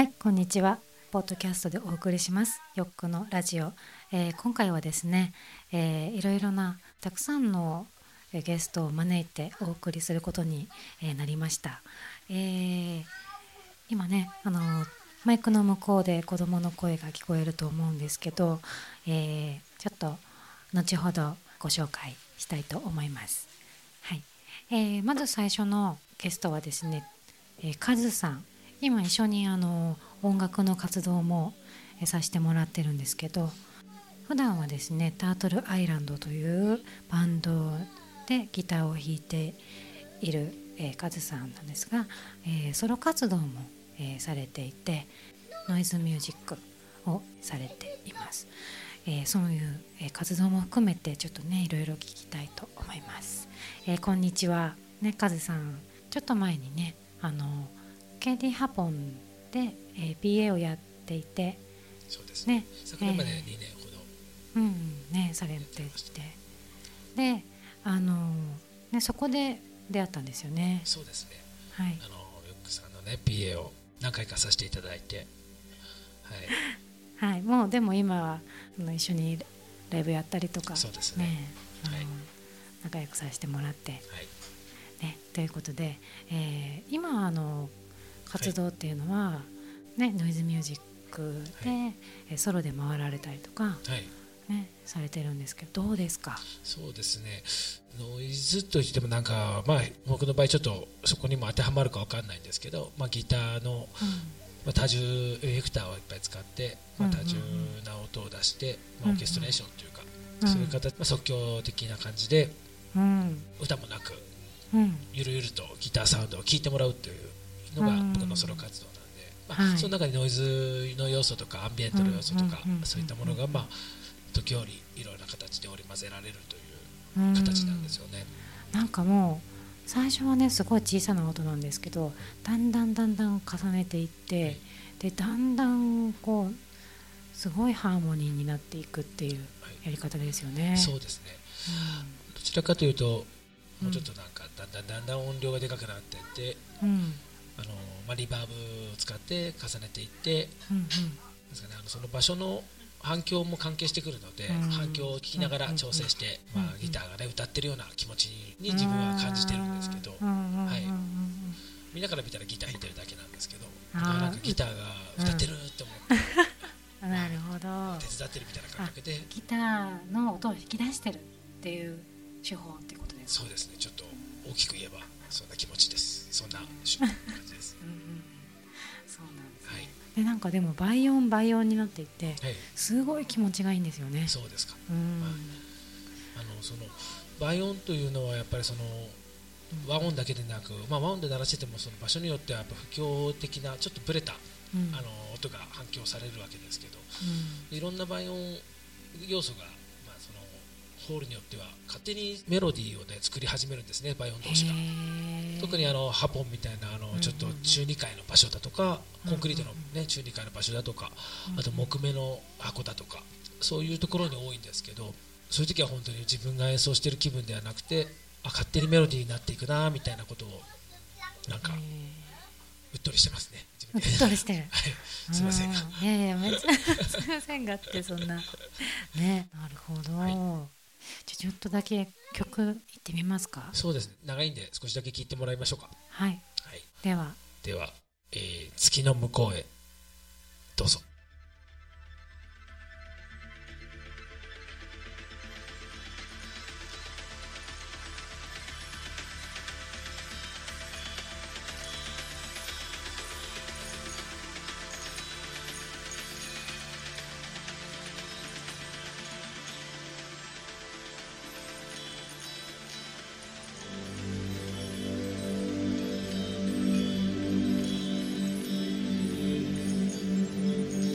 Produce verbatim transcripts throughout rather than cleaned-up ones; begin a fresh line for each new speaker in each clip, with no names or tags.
はい、こんにちは。ポッドキャストでお送りしますヨックのラジオ、えー今回はですね、えーいろいろなたくさんのえーゲストを招いてお送りすることに、えーなりました。えー今ね、あのマイクの向こうで子どもの声が聞こえると思うんですけど、えーちょっと後ほどご紹介したいと思います。はい、えーまず最初のゲストはですね、えーカズさん、今一緒にあの音楽の活動もえーさせてもらってるんですけど、普段はですねタートルアイランドというバンドでギターを弾いている、えーカズさんなんですが、えーソロ活動も、えーされていて、ノイズミュージックをされています。えーそういう、えー活動も含めてちょっとねいろいろ聞きたいと思います。えーこんにちは、ね、カズさん。ちょっと前にねあのケーディーハポンで、えー、ピーエー をやっていて、
そうですね。
ね、
昨年までにねんほど
うんうんねされていて、であの、ね、そこで出会ったんですよね。
そうですね。
はい、
あのヨックさんのね ピーエー を何回かさせていただいて、はい。
はい、もうでも今はあの一緒にライブやったりとか、
そうですね。
あの
はい
仲良くさせてもらって、
はい
ね、ということで、えー今あの活動っていうのは、ね、ノイズミュージックで、
は
えーソロで回られたりとか、
はい。
ね、されてるんですけど、どうですか？
そうですね。ノイズといってもなんかまあ僕の場合ちょっとそこにも当てはまるかわかんないんですけど、まあギターのまあ多重エフェクターをいっぱい使って、まあ多重な音を出して、まあオーケストレーションというか、
うん
そういう形、まあ即興的な感じで
うん
歌もなく
うん
ゆるゆるとギターサウンドを聴いてもらうというのが僕のソロ活動なんで、まあ
はい
その中にノイズの要素とかアンビエントの要素とか
うんうんうんうん
そういったものがまあ時折いろいろな形で織り交ぜられるという形なんですよね。
なんかもう最初はねすごい小さな音なんですけど、だんだんだんだん重ねていって、
はい
でだんだんこうすごいハーモニーになっていくっていうやり方ですよね。
そうですね。どちらかというともうちょっとなんかだんだんだんだん音量がでかくなっていって、
うん
あのまあリバーブを使って重ねていって、
うんうん
ですかね、あのその場所の反響も関係してくるので、
うん
反響を聞きながら調整して、
うん
まあ、ギターが、ね、歌ってるような気持ちに自分は感じてるんですけど、
うんうんうんうん
はいみんなから見たらギター弾いてるだけなんですけど、
あー
なんかギターが歌ってるって思って、
なるほど。
手伝ってるみたいな感覚で、
ギターの音を引き出してるっていう手法ってことですか？
そうですね、ちょっと大きく言えばそんな気持ちです。そんな感じです。
うんうん、そうなんですね。
はい
でなんかでも倍音倍音になっていて、
はい、
すごい気持ちがいいんですよね。
そうですか。
うん
まああのその倍音というのはやっぱりその和音だけでなく、まあ、和音で鳴らしててもその場所によってはやっぱ不協的なちょっとブレた、
うん
あの音が反響されるわけですけど、
うん
いろんな倍音要素が、まあ、そのホールによっては勝手にメロディーを、ね、作り始めるんですね、倍音同士が。
へー
特にあのハポンみたいなあのちょっと中二階の場所だとか、コンクリートの、ね、中二階の場所だとか、あと木目の箱だとか、そういうところに多いんですけど、そういう時は本当に自分が演奏している気分ではなくて、あ勝手にメロディーになっていくなみたいなことをなんかうっとりしてますね。
うっとりしてる。
はい、すいませんが。
うんいやいやめっちゃすいませんがってそんなね。なるほど、
はい
じゃあちょっとだけ曲いってみますか？
そうですね、長いんで少しだけ聞いてもらいましょうか。
はい、
はい、
では
では、えー月の向こうへどうぞ。
「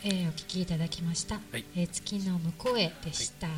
えーお聞きいただきました、
はい
えー月の向こうへでした。はい、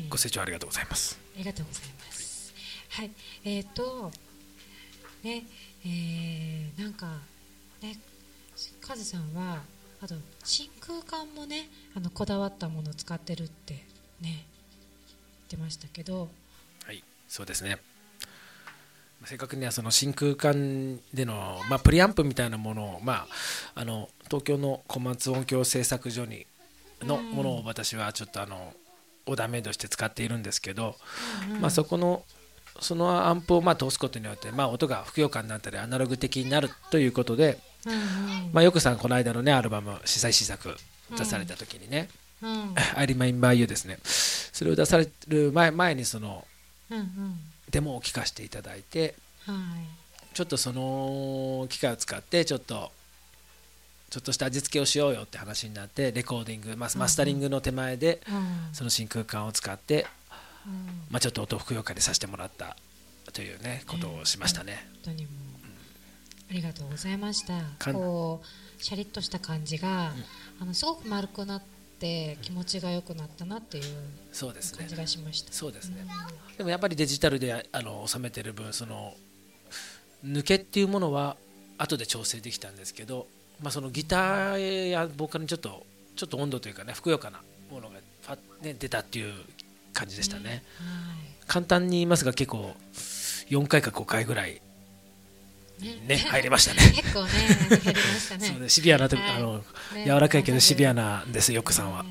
ご清聴ありがとうございます。
ありがとうございます。はい、えっ、とね、えーなんかね、カズさんはあと真空管もね、あのこだわったものを使ってるってね言ってましたけど、
はい、そうですね。正確にはその真空管での、まあ、プリアンプみたいなものを、まあ、あの東京の小松音響製作所にのものを私はちょっとあのオーダーメイドして使っているんですけど、まあ、そこのそのアンプをまあ通すことによって、まあ、音がふくよかになったりアナログ的になるということで、まあ、よくさんこの間のねアルバム試作試作出された時にね「I Remain By You」ですね、それを出される前前にそのデモを聴かせていただいて、ちょっとその機械を使ってちょっとちょっとした味付けをしようよって話になって、レコーディング、マスタリングの手前でその真空管を使って、まあ、ちょっと音をふくよかにさせてもらったというねことをしましたね。
本当にもうありがとうございました。こうシャリッとした感じが、あのすごく丸くなって気持ちが良くなったなっていう感じがしました。
そうですね。でもやっぱりデジタルであの収めてる分、その抜けっていうものは後で調整できたんですけど、まあ、そのギターやボーカルにちょっとちょっと温度というかね、ふくよかなものがファ、ね、出たっていう感じでしたね。ね、簡単に言いますが結構よんかいかごかいぐらいね、ね入りましたね。
結構ね入りましたね。
そうね、シビアな、はい、あの、ね、柔らかいけどシビアなんですよ、ヨックさんは。はい、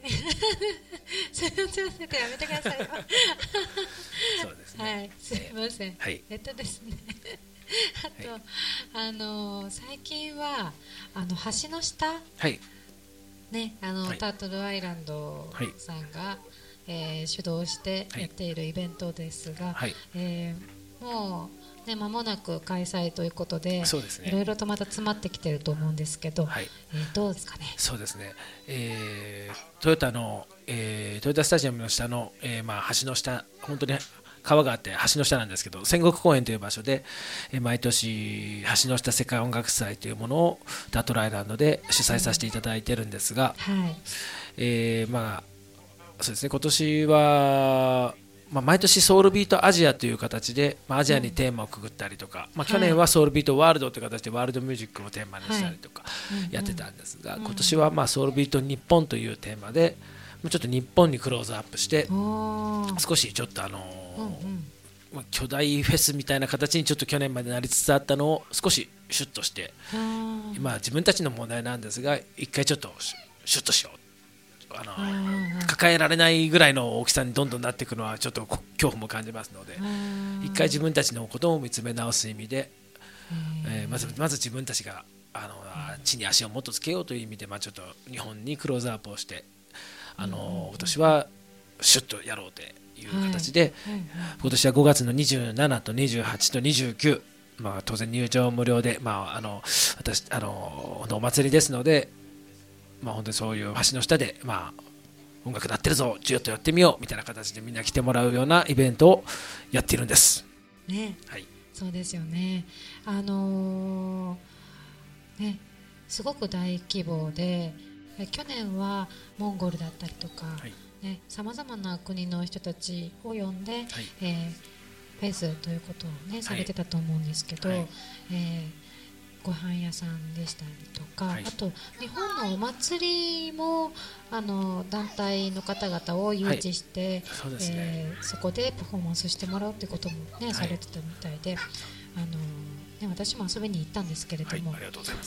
すいません、やめてくださいよ。
そうですね。
はい、すいません。
はい、
えっとですね。あと、はい、あの最近はあの橋の下、
はい、
ね、あの、はい、タートルアイランドさんが、はい、えー、主導してやっているイベントですが、はい、えー、もうね、間もなく開催ということで、そうですね、いろいろとまた詰まってきてると思うんですけど、はい、えー、どうですかね。
そうですね、えー、トヨタの、えー、トヨタスタジアムの下の、えーまあ、橋の下、本当に川があって橋の下なんですけど、戦国公園という場所で、えー、毎年橋の下世界音楽祭というものをタートルアイランドで主催させていただいてるんですが、はい、えー、まあそうですね、今年はまあ、毎年ソウルビートアジアという形で、まあ、アジアにテーマをくぐったりとか、まあ、去年はソウルビートワールドという形でワールドミュージックをテーマにしたりとかやってたんですが、今年はまあソウルビート日本というテーマでちょっと日本にクローズアップして、少しちょっとあのー、巨大フェスみたいな形にちょっと去年までなりつつあったのを少しシュッとして、まあ自分たちの問題なんですが一回ちょっとシュッとしよう、あの抱えられないぐらいの大きさにどんどんなっていくのはちょっと恐怖も感じますので、一回自分たちのことを見つめ直す意味で、えー、まずまず自分たちがあの地に足をもっとつけようという意味で、まあ、ちょっと日本にクローズアップをして、あの今年はシュッとやろうという形で、今年はごがつのにじゅうしちとにじゅうはちとにじゅうきゅう、まあ、当然入場無料で、まあ、あの私あのお祭りですので、まあ、本当にそういう橋の下で、まあ、音楽鳴ってるぞ、ちょっとやってみようみたいな形でみんな来てもらうようなイベントをやっているんです。
ね、はい、そうですよね。あのー、ね、すごく大規模で、去年はモンゴルだったりとか、さまざまな国の人たちを呼んで、はい、えー、フェスということを、ね、されてたと思うんですけど、はい、えーご飯屋さんでしたりとか、はい、あと日本のお祭りもあの団体の方々を誘致して、はい、 そ, ねえー、そこでパフォーマンスしてもらうということも、ね、はい、されてたみたいで、あの、ね、私も遊びに行ったんですけれども、
はい、ありがとうございます。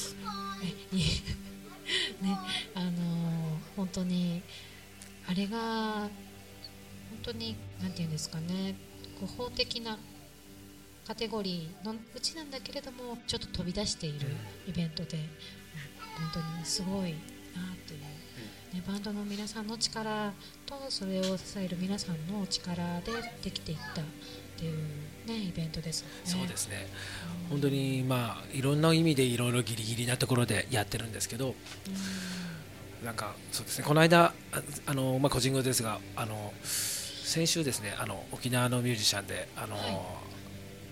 ね、あの本当にあれが本当になんていうんですかね、法的なカテゴリーのうちなんだけれどもちょっと飛び出しているイベントで、うん、本当にすごいなという、ね、バンドの皆さんの力とそれを支える皆さんの力でできていったっていう、ね、イベントですね。
そうですね、うん、本当に、まあ、いろんな意味でいろいろギリギリなところでやってるんですけど、うん、なんかそうですね、この間あの、まあ、個人語ですが、あの先週ですね、あの沖縄のミュージシャンであの、はい、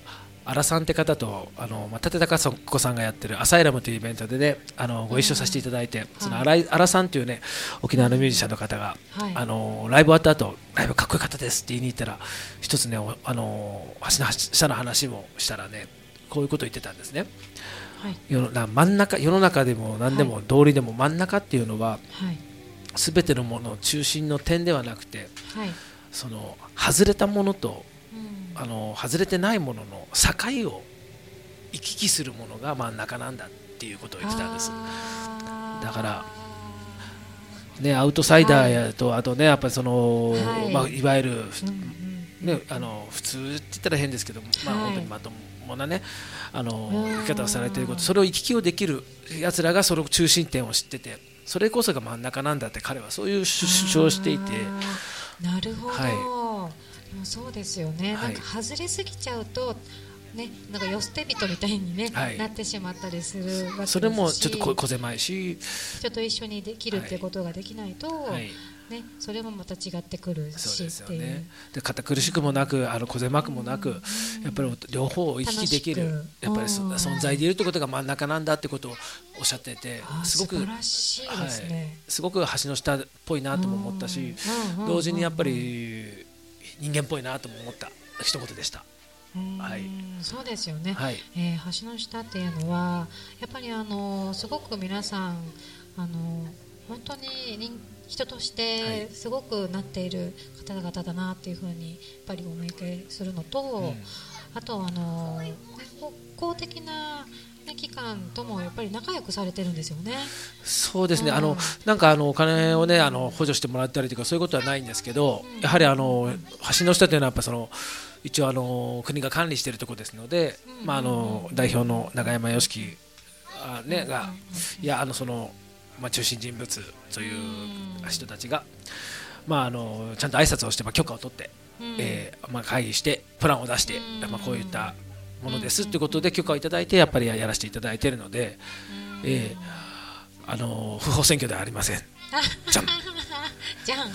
原さんって方とあの、まあ、立高子さんがやってるアサイラムというイベントでねあのご一緒させていただいて、その原原さんというね沖縄のミュージシャンの方が、はい、あのライブ終わった後ライブかっこよかったですって言いに行ったら一つねあの橋の下の話もしたらねこういうことを言ってたんですね、はい、世のな真ん中世の中でも何でも道理でも真ん中っていうのは、はい、全てのものの中心の点ではなくて、はい、その外れたものとあの外れてないものの境を行き来するものが真ん中なんだっていうことを言ってたんです。だから、ね、アウトサイダーやと、はい、あとねやっぱりその、はいまあ、いわゆる、うんうんね、あの普通って言ったら変ですけど、まあ、本当にまともなねあの生き方をされていることそれを行き来をできるやつらがその中心点を知っててそれこそが真ん中なんだって彼はそういう主張をしていて
なるほど、はいでもそうですよね、はい、なんか外れすぎちゃうと、ね、なんかよ捨て人みたいに、ねはい、なってしまったりするわけですし
それもちょっと小狭いし
人と一緒にできるってことができないと、はいね、それもまた違ってくるし
そうですよねで堅苦しくもなくあの小狭くもなく、うん、やっぱり両方を行き来できるやっぱり存在でいるということが真ん中なんだってことをおっしゃっててすごく素晴らしいですね、はい、すごく橋の下っぽいなとも思ったし同時にやっぱり人間っぽいなとも思った一言でした。
はい、そうですよね、はいえー、橋の下っていうのはやっぱりあのすごく皆さんあの本当に人としてすごくなっている方々だなっていうふうにやっぱりお見受けするのと、うん、あとあの公的な機関ともやっぱり仲良くされてるんですよね。
そうですね、うん、あのなんかあのお金をねあの補助してもらったりとかそういうことはないんですけど、うん、やはりあの橋の下というのはやっぱその一応あの国が管理しているところですので、うんまあ、あの代表の永山義樹あ、ね、がいやあのその、まあ、中心人物という人たちが、まあ、あのちゃんと挨拶をして、まあ、許可を取って、うんえーまあ、会議してプランを出して、うんまあ、こういったものですということで許可をいただいてやっぱりやらせていただいているので、えー、あの不法占拠ではありません。じゃん
じゃん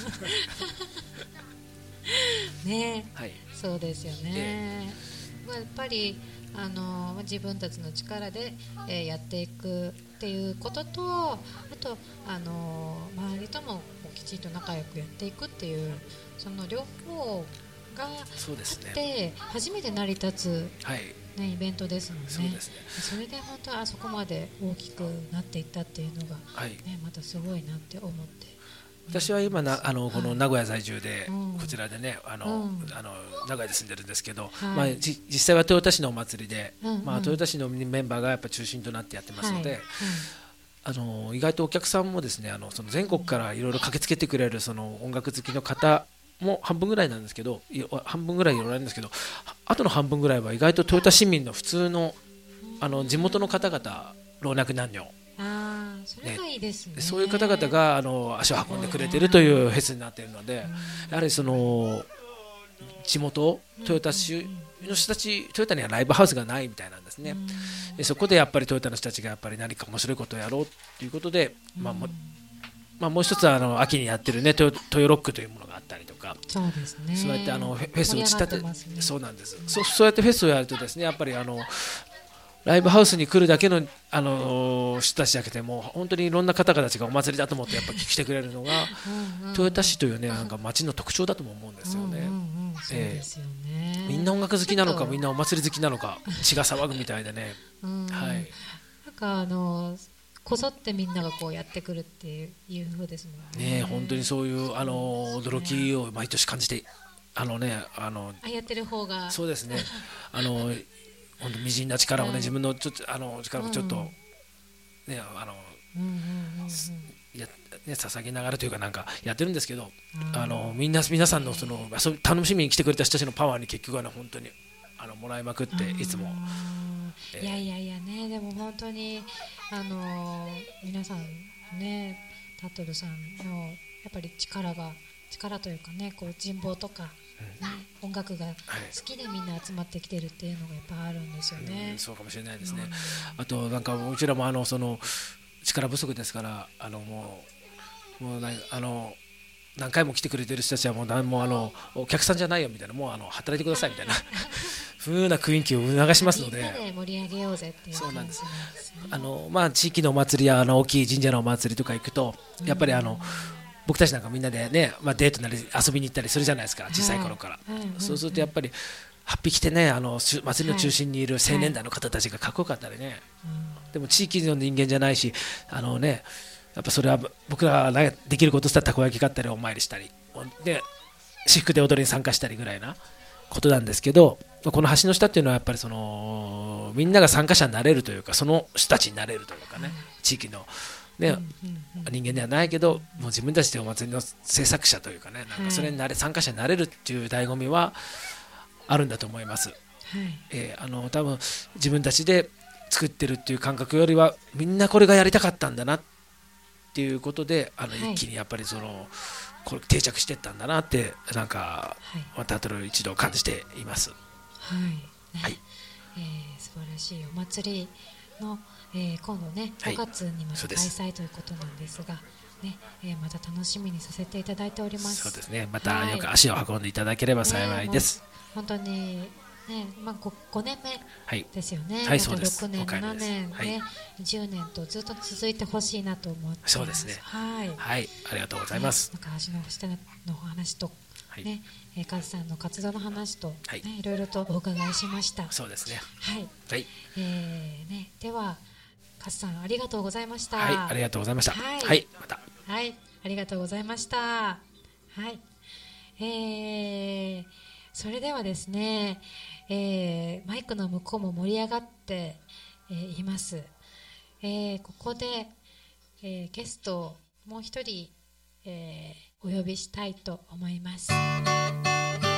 ねえ、はい、そうですよね、えーまあ、やっぱりあの自分たちの力で、えー、やっていくっていうこととあとあの周りともきちんと仲良くやっていくっていうその両方があって初めて成り立つ、はいね、イベントですもんね。そうですね。それで本当はあそこまで大きくなっていったっていうのが、はいね、またすごいなって思って
私は今なあのこの名古屋在住で、はい、こちらでねあの、うん、あの名古屋で住んでるんですけど、はいまあ、じ実際は豊田市のお祭りで、うんうんまあ、豊田市のメンバーがやっぱ中心となってやってますので、はいうんあの意外とお客さんもですねあのその全国からいろいろ駆けつけてくれるその音楽好きの方も半分ぐらいなんですけど半分ぐらいいられるんですけどあとの半分ぐらいは意外と豊田市民の普通の、あの地元の方々老若男女
あそれがいいですね、
そういう方々があの足を運んでくれているというフェスになっているのでやはりその地元豊田市の人たちトヨタにはライブハウスがないみたいなんですね。でそこでやっぱりトヨタの人たちがやっぱり何か面白いことをやろうということで、まあもまあ、もう一つはあの秋にやってるねトヨ、トヨロックというものがあったりとか
そうですね、
そうやってあのフェスを打ち立て、ね、そうなんです、そ, そうやってフェスをやるとですねやっぱりあのライブハウスに来るだけの、あのー、人たちだけでも本当にいろんな方々たちがお祭りだと思ってやっぱ来てくれるのが豊田市というねなんか街の特徴だとも思うんですよね。みんな音楽好きなのかみんなお祭り好きなのか血が騒ぐみたいでね、
うんはい、なんかあのこぞってみんながこうやってくるっていういう風ですもんね。
ね本当にそういうあの驚きを毎年感じてあのねあの
あやってる方が
そうですねあの本当微塵な力をね、はい、自分のちょっとあの力をちょっと、うん、ねあの、うんうんうんうん、やね捧げながらというかなんかやってるんですけど、あのみんな皆さんのその遊び楽しみに来てくれた人たちのパワーに結局はね本当にあのもらいまくっていつも、
えー、いやいやいやねでも本当にあの皆さんねタットルさんのやっぱり力が力というかねこう人望とかうん、音楽が好きでみんな集まってきてるっていうのがやっぱあるんですよね、
うん、そうかもしれないですね、うん、あとなんかうちらもあのその力不足ですからあのもうもうなあの何回も来てくれてる人たちはもう何もあのお客さんじゃないよみたいなもうあの働いてくださいみたいな風な雰囲気を促しますので、
みんなで盛り上げようぜっていう
そうなんです
感じなんですね。
あの、まあ、地域のお祭りやあの大きい神社のお祭りとか行くとやっぱりあの、僕たちなんかみんなでね、まあ、デートなり遊びに行ったりするじゃないですか、小さい頃から、
はいはい、
そうするとやっぱりはっぴきてね、あの祭りの中心にいる青年団の方たちがかっこよかったりね、はい、でも地域の人間じゃないし、あのね、やっぱそれは僕らができることしたらたこ焼き買ったりお参りしたりで私服で踊りに参加したりぐらいなことなんですけど、この橋の下っていうのはやっぱりそのみんなが参加者になれるというか、その人たちになれるというかね、地域の、ね、人間ではないけどもう自分たちでお祭りの制作者というかね、なんかそれになれ参加者になれるっていう醍醐味はあるんだと思います、はい。えー、あの多分自分たちで作ってるっていう感覚よりはみんなこれがやりたかったんだなっていうことで、あの一気にやっぱりそのこれ定着していったんだなってなんかまた一度感じています。はい、
ね、はい、えー、素晴らしいお祭りの、えー、今度ねごがつにまた開催ということなんですが、ね、えー、また楽しみにさせていただいております。
そうですね、またよく足を運んでいただければ幸いです。
ね、本当にね、まあ、ご, ごねんめですよね、
はいはい、
またろくねん、ななねん、ね、はい、じゅうねんとずっと続いてほしいなと思ってます。
そうですね、
はい、
はい、ありがとうございます。
ね、なんか橋の下のお話と、はいね、えー、カズさんの活動の話と、はい、ね、いろいろとお伺いしました。
そうですね、
はい、
はい、
えーね、ではカズさんありがとうございました。
はい、ありがとうございました。
はい、
はい、また、
はい、ありがとうございました。はい、えー、それではですね、えー、マイクの向こうも盛り上がって、えー、います、えー、ここで、えー、ゲストをもう一人、えー、お呼びしたいと思います。